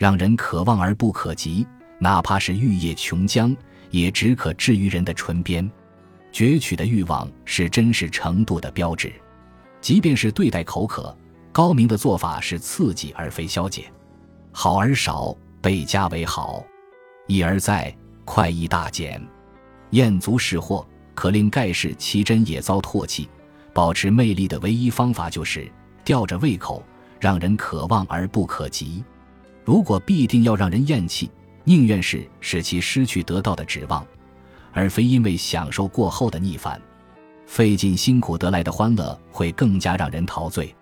让人可望而不可及，哪怕是玉液琼浆，也只可置于人的唇边。攫取的欲望是真实程度的标志。即便是对待口渴，高明的做法是刺激而非消解。好而少，倍加为好；易而在，快意大减。厌足识货，可令盖世奇珍也遭唾弃。保持魅力的唯一方法就是吊着胃口，让人可望而不可及。如果必定要让人厌弃，宁愿是使其失去得到的指望，而非因为享受过后的逆反。费尽辛苦得来的欢乐会更加让人陶醉。